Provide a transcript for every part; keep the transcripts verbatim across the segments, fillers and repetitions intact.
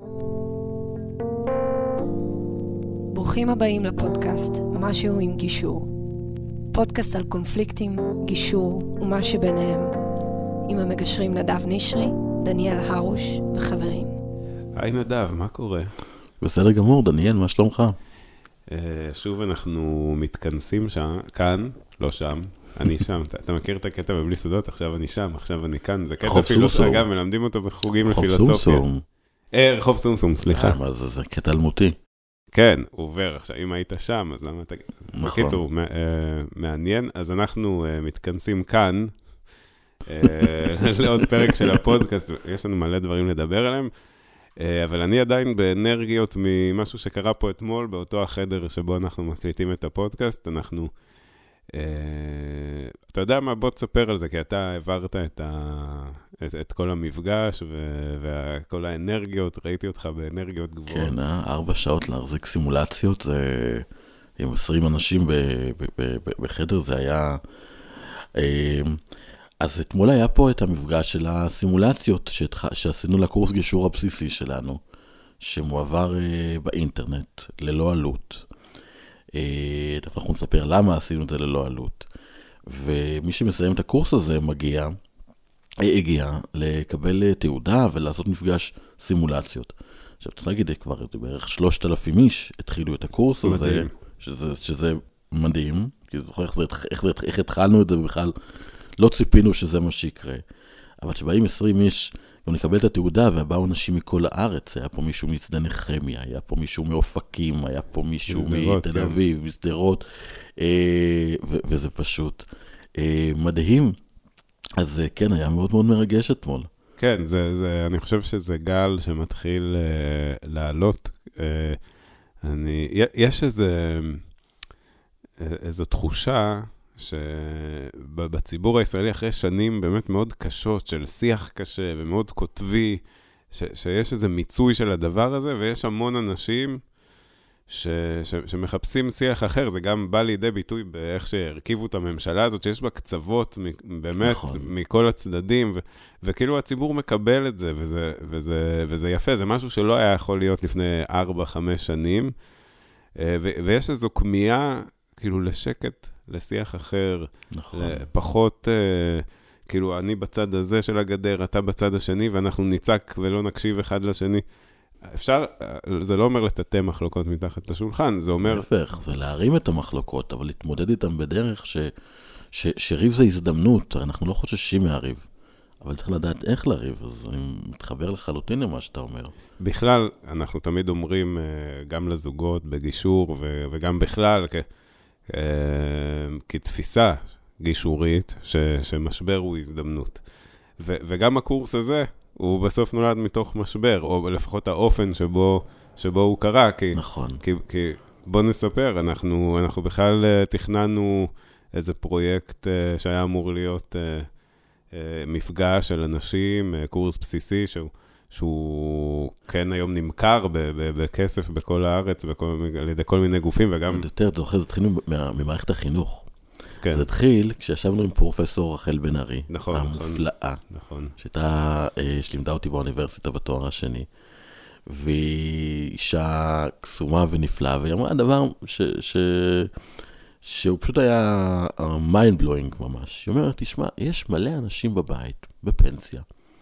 ברוכים הבאים לפודקאסט משהו עם גישור. פודקאסט על קונפליקטים, גישור ומה שביניהם. עם המגשרים נדב נשרי, דניאל הרוש וחברים. היי נדב, מה קורה? בסדר גמור, דניאל, מה שלומך? Uh, שוב אנחנו מתכנסים שם, כאן, לא שם, אני שם. אתה, אתה מכיר את הקטע בבלי סודות? עכשיו אני שם, עכשיו אני כאן. זה קטע פילוסופי, אגב, מלמדים אותו בחוגים לפילוסופיה. רחוב סומסום. אה, רחוב סומסום, סליחה. אה, מה זה, זה קטע אלמותי. כן, עובר. עכשיו, אם היית שם, אז למה אתה... נכון. בקיצור, uh, מעניין. אז אנחנו uh, מתכנסים כאן, uh, לעוד פרק של הפודקאסט, יש לנו מלא דברים לדבר עליהם. אבל אני עדיין באנרגיות ממשהו שקרה פה אתמול, באותו החדר שבו אנחנו מקליטים את הפודקאסט, אנחנו, אתה יודע מה, בוא תספר על זה, כי אתה העברת את, ה, את, את כל המפגש וכל האנרגיות, ראיתי אותך באנרגיות גבוהות. כן, ארבע שעות להחזיק סימולציות, זה עם עשרים אנשים ב, ב, ב, ב, בחדר, זה היה... אז אתמול היה פה את המפגש של הסימולציות שעשינו לקורס גישור הבסיסי שלנו, שמועבר באינטרנט, ללא עלות. אנחנו נספר למה עשינו את זה ללא עלות. ומי שמסיים את הקורס הזה מגיע, הגיע לקבל תעודה ולעשות מפגש סימולציות. עכשיו צריך להגיד, כבר בערך שלושת אלפים איש התחילו את הקורס הזה, שזה, שזה מדהים, כי זוכר איך, זה, איך, איך התחלנו את זה בכלל, לא ציפינו שזה מה שיקרה. אבל שבאים עשרים איש, גם נקבל את התעודה, ובאו אנשים מכל הארץ. היה פה מישהו מצדה נחמיה, היה פה מישהו מאופקים, היה פה מישהו מתל אביב, מסדרות, וזה פשוט מדהים. אז כן, היה מאוד מאוד מרגש אתמול. כן, זה, זה, אני חושב שזה גל שמתחיל לעלות. אני, יש איזה, איזו תחושה, שבציבור הישראלי אחרי שנים באמת מאוד קשות של שיח קשה ומאוד כותבי, ש, שיש איזה מיצוי של הדבר הזה, ויש המון אנשים ש, ש, שמחפשים שיח אחר. זה גם בא לידי ביטוי באיך שהרכיבו את הממשלה הזאת, שיש בה קצוות באמת נכון. מכל הצדדים, ו, וכאילו הציבור מקבל את זה, וזה, וזה, וזה יפה. זה משהו שלא היה יכול להיות לפני ארבע, חמש שנים, ו, ויש איזו כמיהה כאילו לשקט, לשיח אחר, נכון. פחות, אה, כאילו אני בצד הזה של הגדר, אתה בצד השני, ואנחנו ניצק ולא נקשיב אחד לשני. אפשר, זה לא אומר לטאטא מחלוקות מתחת לשולחן, זה אומר... להפך, זה להרים את המחלוקות, אבל להתמודד איתם בדרך ש, ש, שריב זה הזדמנות, אנחנו לא חוששים מהריב, אבל צריך לדעת איך לריב, אז אני מתחבר לחלוטין למה שאתה אומר. בכלל, אנחנו תמיד אומרים, גם לזוגות בגישור, ו, וגם בכלל, כ... כתפיסה גישורית, ש, שמשבר הוא הזדמנות. ו, וגם הקורס הזה, הוא בסוף נולד מתוך משבר, או לפחות האופן שבו, שבו הוא קרה. כי, נכון. כי, כי בוא נספר, אנחנו, אנחנו בכלל תכננו איזה פרויקט שהיה אמור להיות מפגש של אנשים, קורס בסיסי, שהוא, שהוא כן היום נמכר בכסף בכל הארץ, על ידי כל מיני גופים, וגם... יותר, אתה זוכר, זה התחיל ממערכת החינוך. כן. זה התחיל כשישבנו עם פרופסור רחל בן ארי, נכון, המופלאה, נכון. שהייתה, שלימדה אותי באוניברסיטה בתואר השני, והיא אישה קסומה ונפלאה, והיא אמרה דבר ש... ש... שהוא פשוט היה mind blowing ממש. היא אומרת, תשמע, יש מלא אנשים בבית, בפנסיה,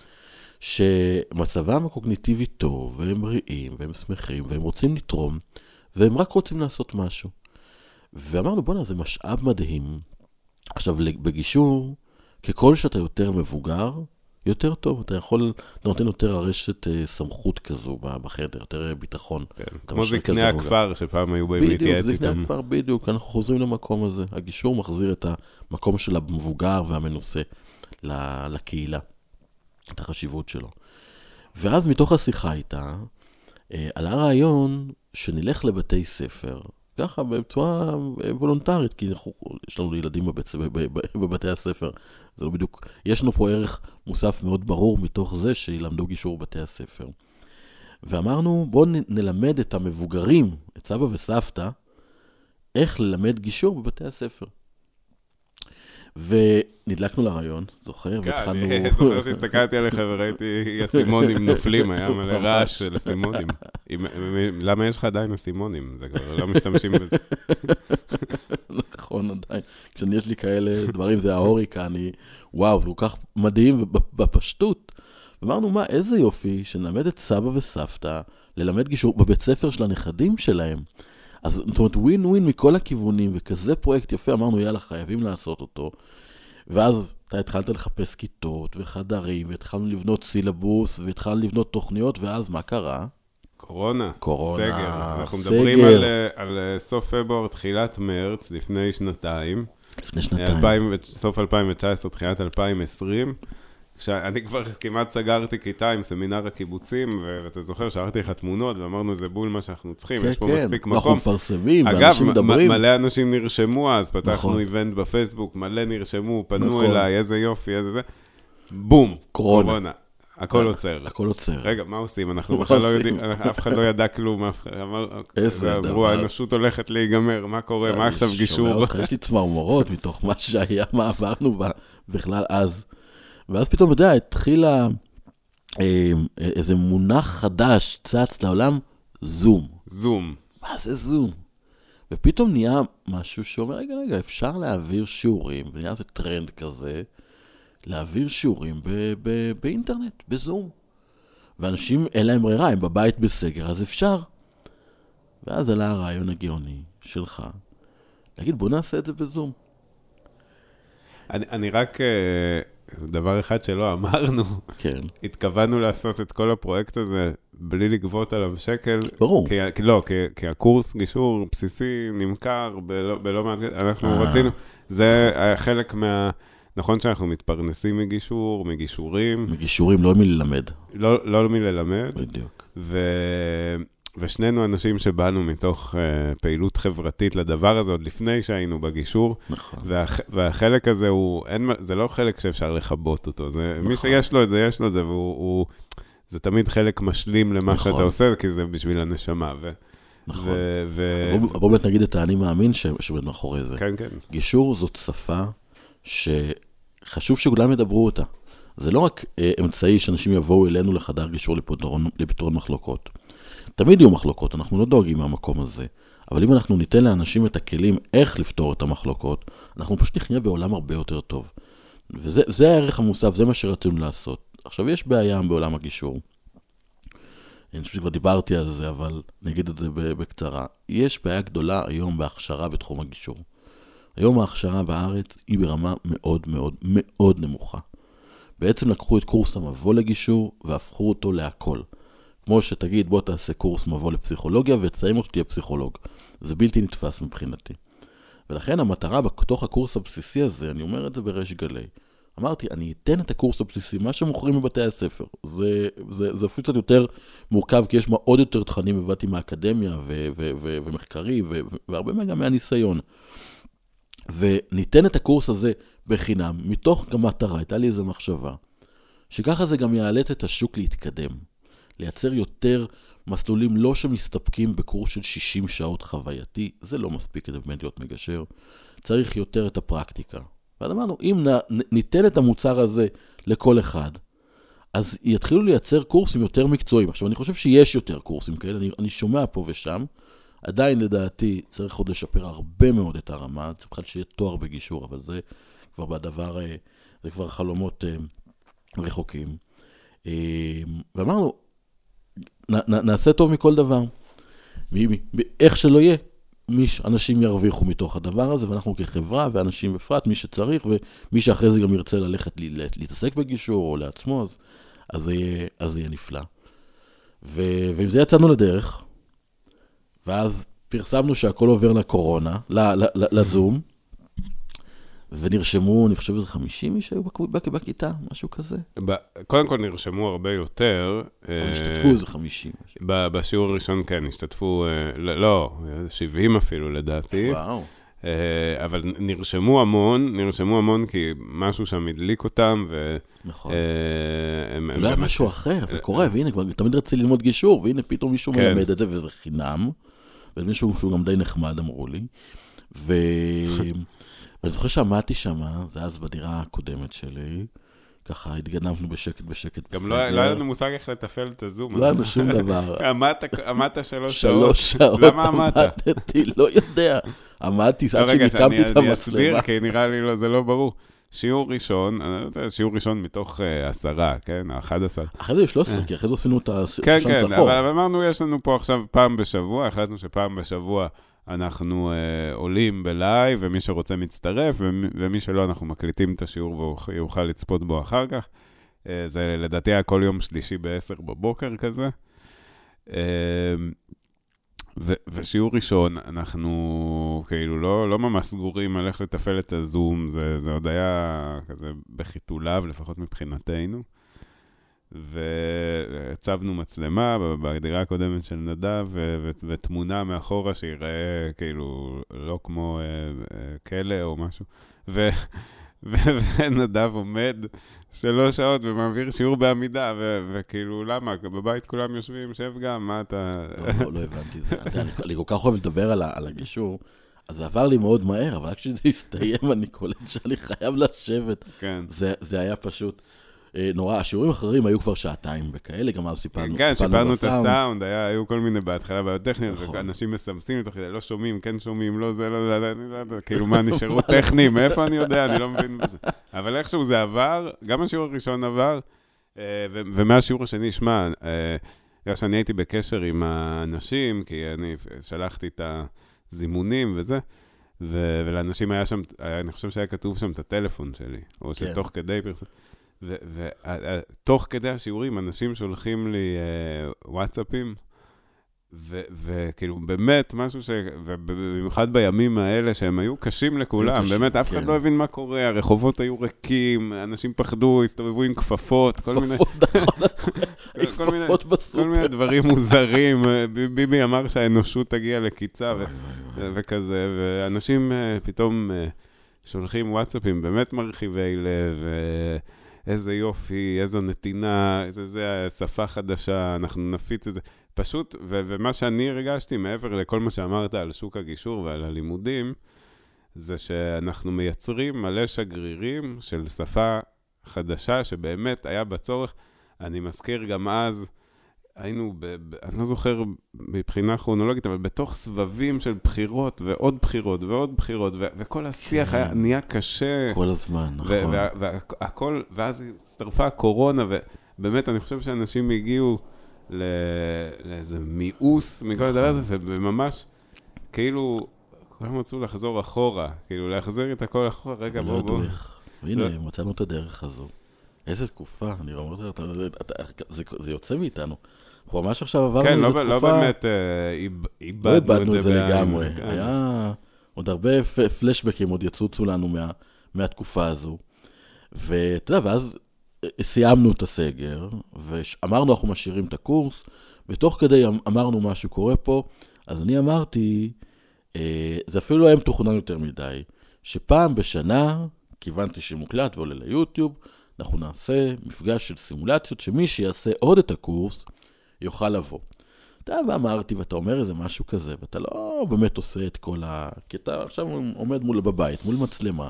שמצבם הקוגניטיבי טוב, והם בריאים, והם שמחים, והם רוצים לתרום, והם רק רוצים לעשות משהו. ואמרנו, בוא נה, זה משאב מדהים. עכשיו, בגישור, ככל שאתה יותר מבוגר, יותר טוב. אתה יכול, אתה נותן יותר הרשת סמכות כזו בחדר, יותר ביטחון. כן, כמו זקני הכפר, שפעם היו באים להתייעץ איתם. בדיוק, זקני הכפר, בדיוק. אנחנו חוזרים למקום הזה. הגישור מחזיר את המקום של המבוגר והמנוסה לקהילה. את החשיבות שלו. ואז מתוך השיחה איתה, עלה רעיון שנלך לבתי ספר, ככה בצורה וולונטרית, כי אנחנו, יש לנו ילדים בבית, בבתי הספר, זה לא בדיוק, יש לנו פה ערך מוסף מאוד ברור מתוך זה שילמדו גישור בבתי הספר. ואמרנו, בואו נלמד את המבוגרים, את סבא וסבתא, איך ללמד גישור בבתי הספר. ונדלקנו לרעיון, זוכר? כן, אני זוכר שהסתכלתי עליך וראיתי אסימונים נופלים, היה מלא רעש של אסימונים. למה יש לך עדיין אסימונים? זה כבר לא משתמשים בזה. נכון, עדיין. כשאני יש לי כאלה דברים, זה ההוריקה, אני, וואו, זה כל כך מדהים בפשטות. ואמרנו, מה, איזה יופי שנלמד את סבא וסבתא, ללמד גישור בבית ספר של הנכדים שלהם. אז זאת אומרת, ווין ווין מכל הכיוונים, וכזה פרויקט יפה, אמרנו, יאללה, חייבים לעשות אותו. ואז אתה התחלת לחפש כיתות וחדרים, והתחלנו לבנות סילבוס, והתחלנו לבנות תוכניות, ואז מה קרה? קורונה. קורונה, סגר. אנחנו מדברים על, על סוף פברואר, תחילת מרץ, לפני שנתיים. לפני שנתיים. אלפיים, סוף אלפיים תשע עשרה, תחילת אלפיים עשרים. כשאני כבר כמעט סגרתי כיתה עם סמינר הקיבוצים, ואתה זוכר, שערתי לך תמונות, ואמרנו, זה בול מה שאנחנו צריכים, יש פה מספיק מקום. אנחנו מפרסמים, ואנשים מדברים. אגב, מלא אנשים נרשמו אז, פתחנו איבנט בפייסבוק, מלא נרשמו, פנו אליי, איזה יופי, איזה זה. בום, קורונה. הכל עוצר. הכל עוצר. רגע, מה עושים? אנחנו בכלל לא יודעים, אף אחד לא ידע כלום, איזה דבר. האנושות הולכת להיגמר, מה קורה, מה עכשיו גישור? שומע אותך, יש לי צמרמורות מתוך מה שהיה, מה עברנו בכלל אז. ואז פתאום, אתה יודע, התחילה אה, איזה מונח חדש, צץ לעולם, זום. זום. מה זה זום? ופתאום נהיה משהו שאומר, רגע, רגע, אפשר להעביר שיעורים, ונהיה איזה טרנד כזה, להעביר שיעורים ב- ב- באינטרנט, בזום. ואנשים, אין להם ברירה, הם בבית בסגר, אז אפשר. ואז עלה הרעיון הגאוני שלך, להגיד, בוא נעשה את זה בזום. אני, אני רק... דבר אחד שלא אמרנו, כן. התכוונו לעשות את כל הפרויקט הזה בלי לגבות עליו שקל. ברור. כי, לא, כי, כי הקורס גישור בסיסי נמכר בלא, בלא מעט, אנחנו רצינו, זה חלק מה, נכון שאנחנו מתפרנסים מגישור, מגישורים. מגישורים, לא מללמד. לא, לא מללמד. בדיוק. ו... ושנינו אנשים שבאנו מתוך uh, פעילות חברתית לדבר הזה, עוד לפני שהיינו בגישור. נכון. והח, והחלק הזה הוא, אין, זה לא חלק שאפשר לחבות אותו. זה, נכון. מי שיש לו את זה, יש לו את זה, והוא, הוא, זה תמיד חלק משלים למה נכון. שאתה עושה, כי זה בשביל הנשמה. ו, נכון. ו, ו... בוא, בוא באמת נגיד את האני מאמין שבאת מאחורי זה. כן, כן. גישור זאת שפה שחשוב שכולם ידברו אותה. זה לא רק אה, אמצעי שאנשים יבואו אלינו לחדר גישור לפתרון, לפתרון מחלוקות. תמיד יהיו מחלוקות, אנחנו לא דואגים מהמקום הזה, אבל אם אנחנו ניתן לאנשים את הכלים איך לפתור את המחלוקות, אנחנו פשוט נחיה בעולם הרבה יותר טוב. וזה זה הערך המוסף, זה מה שרצינו לעשות. עכשיו, יש בעיה בעולם הגישור. אני חושב שכבר דיברתי על זה, אבל נגיד את זה בקצרה. יש בעיה גדולה היום בהכשרה בתחום הגישור. היום ההכשרה בארץ היא ברמה מאוד מאוד מאוד נמוכה. בעצם לקחו את קורס המבוא לגישור והפכו אותו להכל. כמו שתגיד, בוא תעשה קורס מבוא לפסיכולוגיה ותסיים אותו תהיה פסיכולוג. זה בלתי נתפס מבחינתי. ולכן המטרה בתוך הקורס הבסיסי הזה, אני אומר את זה בריש גלי. אמרתי, אני אתן את הקורס הבסיסי, מה שמוכרים מבתי הספר. זה, זה, זה אפילו קצת יותר מורכב, כי יש מה עוד יותר תכנים, הבאתי מהאקדמיה ו- ו- ו- ומחקרי, ו- ו- והרבה מה גם מהניסיון. וניתן את הקורס הזה בחינם, מתוך גם מטרה, הייתה לי איזו מחשבה, שככה זה גם יאלץ את השוק להתקדם. לייצר יותר מסלולים לא שמסתפקים בקורס של שישים שעות חווייתי, זה לא מספיק כדי באמת להיות מגשר, צריך יותר את הפרקטיקה. ואז אמרנו, אם ניתן את המוצר הזה לכל אחד, אז יתחילו לייצר קורסים יותר מקצועיים. עכשיו, אני חושב שיש יותר קורסים כאלה, אני, אני שומע פה ושם, עדיין לדעתי צריך עוד לשפר הרבה מאוד את הרמה, צריך בכלל שיהיה תואר בגישור, אבל זה כבר בדבר, זה כבר חלומות רחוקים. ואמרנו, נ, נ, נעשה טוב מכל דבר. מי, מי, איך שלא יהיה, מי, אנשים ירוויחו מתוך הדבר הזה, ואנחנו כחברה, ואנשים בפרט, מי שצריך, ומי שאחרי זה גם ירצה ללכת להתעסק בגישור, או לעצמו, אז, אז, זה, יהיה, אז זה יהיה נפלא. ו, ועם זה יצאנו לדרך, ואז פרסמנו שהכל עובר לקורונה, לזום, ונרשמו, אני חושב, זה חמישים איש היו בכיתה, משהו כזה. קודם כל נרשמו הרבה יותר. השתתפו איזה חמישים. בשיעור הראשון, כן, השתתפו, לא, שבעים אפילו לדעתי. וואו. אבל נרשמו המון, נרשמו המון כי משהו שם הדליק אותם. נכון. זה לא היה משהו אחר, זה קורה, והנה, כבר תמיד רציתי ללמוד גישור, והנה פתאום מישהו מלמד את זה, וזה חינם, ומישהו שהוא גם די נחמד, אמרו לי. ואני זוכר שעמדתי שם, זה אז בדירה הקודמת שלי, ככה התגנבנו בשקט בשקט. גם לא היה לנו מושג איך לתפעל את הזום. לא היה לנו שום דבר. עמדת שלוש שעות. שלוש שעות. למה עמדת? עמדתי, לא יודע. עמדתי, עד שמיקמתי את המצלמה. אני אסביר, כי נראה לי זה לא ברור. שיעור ראשון, אני לא יודע, שיעור ראשון מתוך עשרה, כן? אחד עשר. אחרי זה יש שלוש עשרה, כי אחרי זה עשינו את השושן כן, תחור. כן, אבל אמרנו, יש לנו פה עכשיו פעם בשבוע, החלטנו שפעם בשבוע אנחנו אה, עולים בלייב, ומי שרוצה מצטרף, ומי, ומי שלא, אנחנו מקליטים את השיעור ויוכל לצפות בו אחר כך. אה, זה לדעתי היה כל יום שלישי בעשר בבוקר כזה. אה, ו- ושיעור ראשון, אנחנו כאילו לא, לא ממש סגורים על איך לתפעל את הזום, זה, זה עוד היה כזה בחיתוליו, לפחות מבחינתנו. והצבנו מצלמה בדירה הקודמת של נדב, ו- ו- ותמונה מאחורה שיראה כאילו לא כמו uh, כלא או משהו. ו- ו- ונדב עומד שלוש שעות ומעביר שיעור בעמידה, ו- וכאילו למה? בבית כולם יושבים, שב גם, מה אתה... לא, לא, לא הבנתי את זה. אני כל כך אוהב לדבר על, על הגישור, אז זה עבר לי מאוד מהר, אבל כשזה הסתיים, אני קולט שאני חייב לשבת. כן. זה, זה היה פשוט... נורא, השיעורים אחרים היו כבר שעתיים וכאלה, גם אז סיפרנו. כן, שיפרנו את הסאונד, היו כל מיני בהתחלה בעיות טכניות, ואנשים מסמסים לתוך כדי, לא שומעים, כן שומעים, לא זה, לא זה, אני לא יודע, כאילו מה, נשארו טכניים, מאיפה אני יודע, אני לא מבין בזה. אבל איכשהו זה עבר, גם השיעור הראשון עבר, ומהשיעור השני, שמע, שאני הייתי בקשר עם האנשים, כי אני שלחתי את הזימונים וזה, ולאנשים היה שם, אני חושב שהיה כתוב שם את הטלפון שלי, או שתוך כדי פרסם. ותוך כדי השיעורים, אנשים שולחים לי וואטסאפים, וכאילו באמת משהו ש... ובמיוחד בימים האלה שהם היו קשים לכולם, באמת אף אחד לא הבין מה קורה, הרחובות היו ריקים, אנשים פחדו, הסתובבו עם כפפות, כל מיני... כפפות בסופר. כל מיני דברים מוזרים, ביבי אמר שהאנושות תגיע לקיצה וכזה, ואנשים פתאום שולחים וואטסאפים באמת מרחיבי לב, איזה יופי, איזו נתינה, איזה זה, שפה חדשה, אנחנו נפיץ את זה. פשוט, ו- ומה שאני הרגשתי מעבר לכל מה שאמרת על שוק הגישור ועל הלימודים, זה שאנחנו מייצרים מלא שגרירים של שפה חדשה, שבאמת היה בצורך. אני מזכיר גם אז, היינו, ב- ב- אני לא זוכר מבחינה כרונולוגית, אבל בתוך סבבים של בחירות ועוד בחירות ועוד בחירות, ו- וכל השיח היה, נהיה קשה. כל הזמן, נכון. ו- וה- והכל, ואז הצטרפה הקורונה, ובאמת אני חושב שאנשים הגיעו לא, לאיזה מיאוס מכל הדבר הזה, וממש כאילו, כולם רצו לחזור אחורה, כאילו להחזיר את הכל אחורה, רגע בוא בוא. והנה, מצאנו את הדרך הזו. איזה תקופה, אני אומר לך, זה יוצא מאיתנו. הוא ממש עכשיו עברנו איזו תקופה. כן, לא באמת איבדנו את זה לגמרי. היה עוד הרבה פלשבקים עוד יצוצו לנו מהתקופה הזו. ואתה יודע, ואז סיימנו את הסגר, ואמרנו אנחנו משאירים את הקורס, ותוך כדי אמרנו מה שקורה פה, אז אני אמרתי, זה אפילו לא היה מתוכנן יותר מדי, שפעם בשנה, כיוונתי שמוקלט ועולה ליוטיוב, אנחנו נעשה מפגש של סימולציות, שמי שיעשה עוד את הקורס, יוכל לבוא. אתה ואמרתי, ואתה אומר איזה משהו כזה, ואתה לא באמת עושה את כל ה... כי אתה עכשיו עומד מול בבית, מול מצלמה,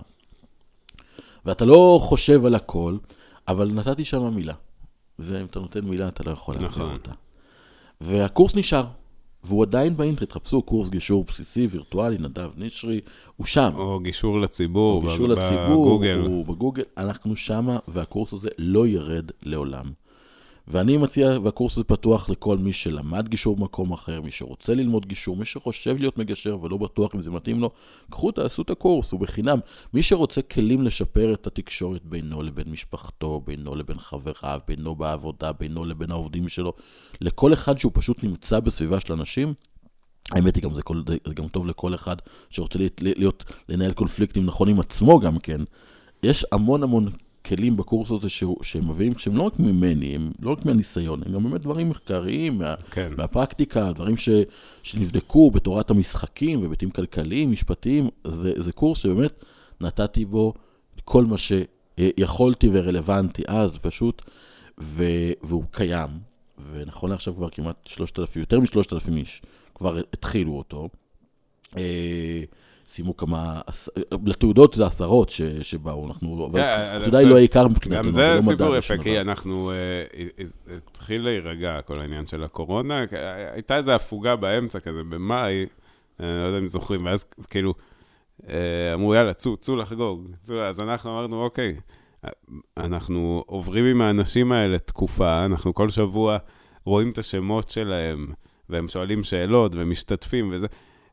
ואתה לא חושב על הכל, אבל נתתי שם מילה. ואם אתה נותן מילה, אתה לא יכול להחזיר אותה. והקורס נשאר. והוא עדיין באינטרנט, חפשו קורס גישור בסיסי, וירטואלי, נדב נשרי, הוא שם. או גישור לציבור, או גישור לציבור, בגוגל. או בגוגל. אנחנו שם, והקורס הזה לא ירד לעולם. ואני מציע, והקורס הזה פתוח לכל מי שלמד גישור במקום אחר, מי שרוצה ללמוד גישור, מי שחושב להיות מגשר ולא בטוח אם זה מתאים לו, קחו, תעשו את הקורס, הוא בחינם. מי שרוצה כלים לשפר את התקשורת בינו לבין משפחתו, בינו לבין חבריו, בינו בעבודה, בינו לבין העובדים שלו, לכל אחד שהוא פשוט נמצא בסביבה של אנשים, האמת היא גם, זה, כל, זה גם טוב לכל אחד שרוצה להיות, להיות, לנהל קונפליקטים נכון עם עצמו גם כן. יש המון המון כלים בקורס הזה שהם מביאים, שהם לא רק ממני, הם לא רק מהניסיון, הם גם באמת דברים מחקריים, מה, כן. מהפרקטיקה, דברים ש, שנבדקו בתורת המשחקים ובתים כלכליים, משפטיים. זה, זה קורס שבאמת נתתי בו כל מה שיכולתי ורלוונטי אז פשוט, ו, והוא קיים, ונכון לעכשיו כבר כמעט שלושת אלפים, יותר משלושת אלפים איש, כבר התחילו אותו. שימו כמה, לתעודות זה עשרות שבאו, אנחנו, אבל התעודה היא לא העיקר מבחינתנו. גם זה סיפור יפה, כי אנחנו, התחיל להירגע כל העניין של הקורונה, הייתה איזו הפוגה באמצע כזה, במאי, אני לא יודע אם זוכרים, ואז כאילו, אמרו, יאללה, צאו, צאו לחגוג. אז אנחנו אמרנו, אוקיי, אנחנו עוברים עם האנשים האלה תקופה, אנחנו כל שבוע רואים את השמות שלהם, והם שואלים שאלות ומשתתפים וזה,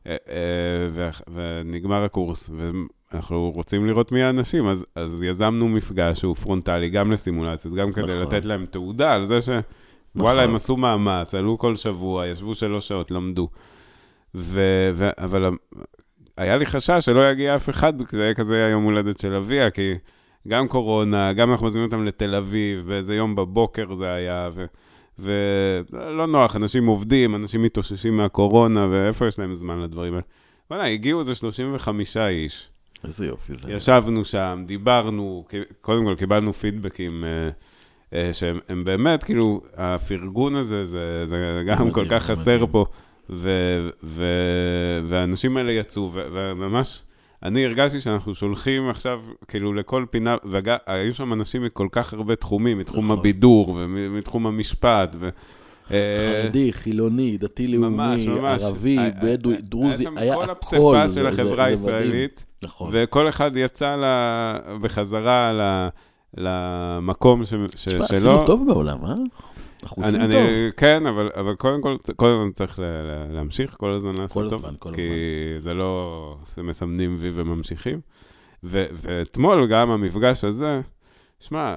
ונגמר הקורס, ואנחנו רוצים לראות מי האנשים, אז, אז יזמנו מפגש שהוא פרונטלי, גם לסימולציות, גם כדי נכון. לתת להם תעודה על זה ש... נכון. וואלה, הם עשו מאמץ, עלו כל שבוע, ישבו שלוש שעות, למדו. ו... ו... אבל היה לי חשש שלא יגיע אף אחד, זה היה כזה היום הולדת של אביה, כי גם קורונה, גם אנחנו מזמינים אותם לתל אביב, באיזה יום בבוקר זה היה, ו... ולא נוח, אנשים עובדים, אנשים מתאוששים מהקורונה, ואיפה יש להם זמן לדברים האלה? וואלה, הגיעו איזה שלושים וחמישה איש. איזה יופי זה. ישבנו שם, דיברנו, קודם כל קיבלנו פידבקים, שהם באמת, כאילו, הפרגון הזה, זה, זה גם כל כך חסר פה, ו, ו, והאנשים האלה יצאו, ו, וממש, אני הרגשתי שאנחנו שולחים עכשיו, כאילו, לכל פינה, והיו שם אנשים מכל כך הרבה תחומים, מתחום הבידור, ומתחום המשפט, ו... חרדי, חילוני, דתי לאומי, ערבי, בדואי, דרוזי, היה הכל. כל הפספה של החברה הישראלית, וכל אחד יצא בחזרה למקום שלו. תשמע, עשינו טוב בעולם, אה? אנחנו עושים טוב. כן, אבל קודם כל, קודם צריך להמשיך, כל הזמן לעשות טוב, כי זה לא מסמנים וי וממשיכים. ואתמול גם המפגש הזה, שמע,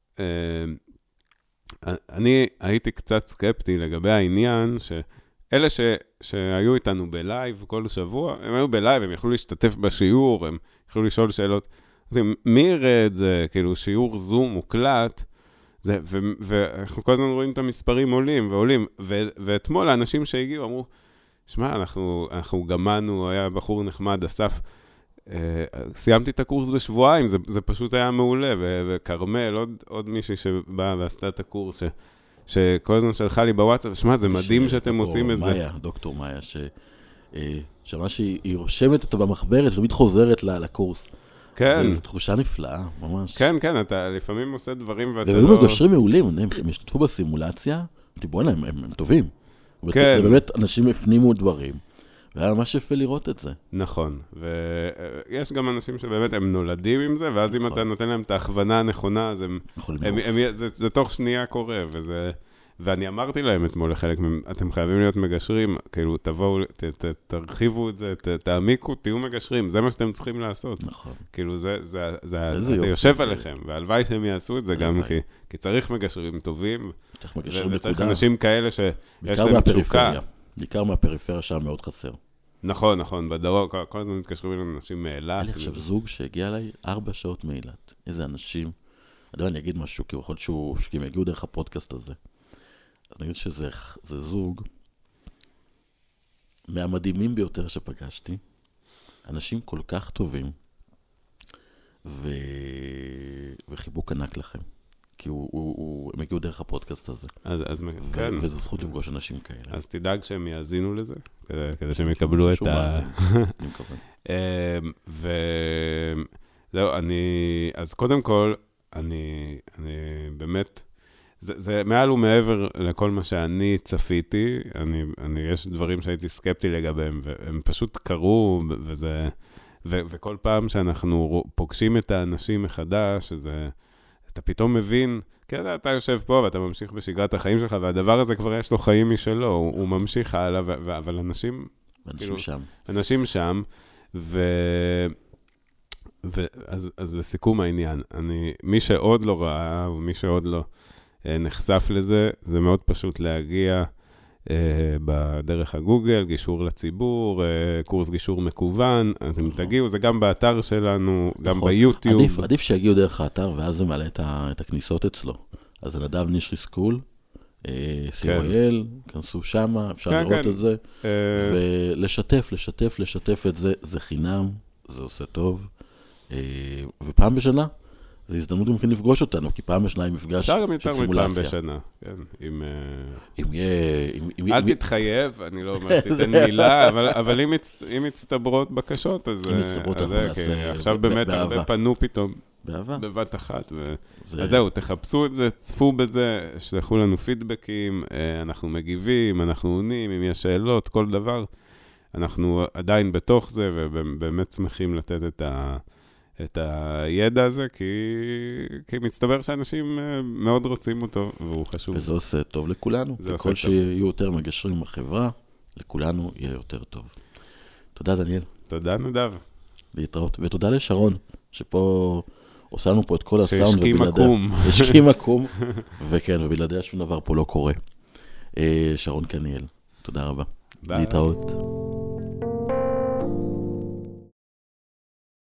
אני הייתי קצת סקפטי לגבי העניין, שאלה ש, שהיו איתנו בלייב כל שבוע, הם היו בלייב, הם יכלו להשתתף בשיעור, הם יכלו לשאול שאלות, מי יראה את זה, כאילו שיעור זום מוקלט, זה, ו, ואנחנו כל הזמן רואים את המספרים עולים ועולים, ו, ואתמול האנשים שהגיעו אמרו, שמע, אנחנו, אנחנו גמנו, היה בחור נחמד, אסף, סיימתי את הקורס בשבועיים, זה, זה פשוט היה מעולה, וקרמל, עוד, עוד מישהי שבאה ועשתה את הקורס, ש, שכל הזמן שלחה לי בוואטסאפ, שמע, זה מדהים שאתם עושים את זה. מאיה, דוקטור מאיה, ששמע שהיא רושמת אותה במחברת, ותמיד חוזרת לקורס. כן. זו תחושה נפלאה, ממש. כן, כן, אתה לפעמים עושה דברים ואתה לא... והם מגשרים מעולים, הם השתתפו בסימולציה, בוא'נה, הם, הם, הם טובים. כן. זה באמת, אנשים הפנימו דברים. והיה ממש יפה לראות את זה. נכון, ויש גם אנשים שבאמת הם נולדים עם זה, ואז אם אתה נותן להם את ההכוונה הנכונה, אז הם, הם, הם, זה, זה תוך שנייה קורה, וזה, ואני אמרתי להם אתמול לחלק, אתם חייבים להיות מגשרים, כאילו תבואו, ת, ת, תרחיבו את זה, ת, תעמיקו, תהיו מגשרים, זה מה שאתם צריכים לעשות. נכון. כאילו זה, זה, זה, זה אתה יושב עליכם, והלוואי שהם יעשו את זה גם, כי, כי צריך מגשרים טובים, וצריך אנשים כאלה שיש להם תשוקה. בעיקר מהפריפריה שם מאוד חסר. נכון, נכון, בדרום, כל, כל הזמן מתקשרים עם אנשים מאילת. היה לי עכשיו זוג שהגיע אליי ארבע שעות מאילת. איזה אנשים, אני לא, אני אגיד משהו, כי יכול להיות שהוא, שהם יגיעו דרך הפודקאסט הזה. אז אני אגיד שזה זה זוג מהמדהימים ביותר שפגשתי, אנשים כל כך טובים, ו... וחיבוק ענק לכם. כי הוא, הוא, הוא, הם הגיעו דרך הפודקאסט הזה. אז, אז ו- כן. וזו זכות לפגוש אנשים כאלה. אז תדאג שהם יאזינו לזה, כדי, כדי שהם יקבלו את ה... אני מקווה. וזהו, אני... אז קודם כל, אני, אני באמת... זה, זה מעל ומעבר לכל מה שאני צפיתי, אני, אני, יש דברים שהייתי סקפטי לגביהם, והם פשוט קרו, וזה... ו- וכל פעם שאנחנו פוגשים את האנשים מחדש, שזה... אתה פתאום מבין, כן, אתה יושב פה ואתה ממשיך בשגרת החיים שלך, והדבר הזה כבר יש לו חיים משלו, הוא, הוא ממשיך הלאה, ו- ו- אבל אנשים... אנשים כאילו, שם. אנשים שם, ו... ו- אז, אז לסיכום העניין, אני, מי שעוד לא ראה, ומי שעוד לא אה, נחשף לזה, זה מאוד פשוט להגיע אה, בדרך הגוגל, גישור לציבור, אה, קורס גישור מקוון, אתם תגיעו, זה גם באתר שלנו, גם ביוטיוב. עדיף, עדיף שיגיעו דרך האתר, ואז זה מעלה את, ה, את הכניסות אצלו. אז זה נדב נשרי סקול, סי או אל, כנסו שמה, אפשר כן, לראות כן. את זה, אה... ולשתף, לשתף, לשתף את זה, זה חינם, זה עושה טוב, אה, ופעם בשנה, זו הזדמנות גם כן לפגוש אותנו, כי פעם בשנה היא מפגש של סימולציה. אפשר גם יותר מפעם בשנה, כן, אם... אם יהיה... אם, אל אם, תתחייב, אני לא אומר שתיתן מילה, אבל, אבל אם, מצ... אם מצטברות בקשות, אז... אם מצטברות, אנחנו נעשה... עכשיו באמת הרבה פנו פתאום. באהבה. בבת אחת. ו... זה... אז זהו, תחפשו את זה, צפו בזה, שלחו לנו פידבקים, אנחנו מגיבים, אנחנו עונים, אם יש שאלות, כל דבר. אנחנו עדיין בתוך זה, ובאמת שמחים לתת את ה... את הידע הזה, כי, כי מצטבר שאנשים מאוד רוצים אותו, והוא חשוב. וזה עושה טוב לכולנו. ככל שיהיו יותר מגשרים בחברה, לכולנו יהיה יותר טוב. תודה, דניאל. תודה, נדב. להתראות. ותודה לשרון, שפה עושה לנו פה את כל הסאונד. שהשקי מקום. השקי מקום, וכן, ובלעדיה שום דבר פה לא קורה. שרון קניאל, תודה רבה. ביי. להתראות.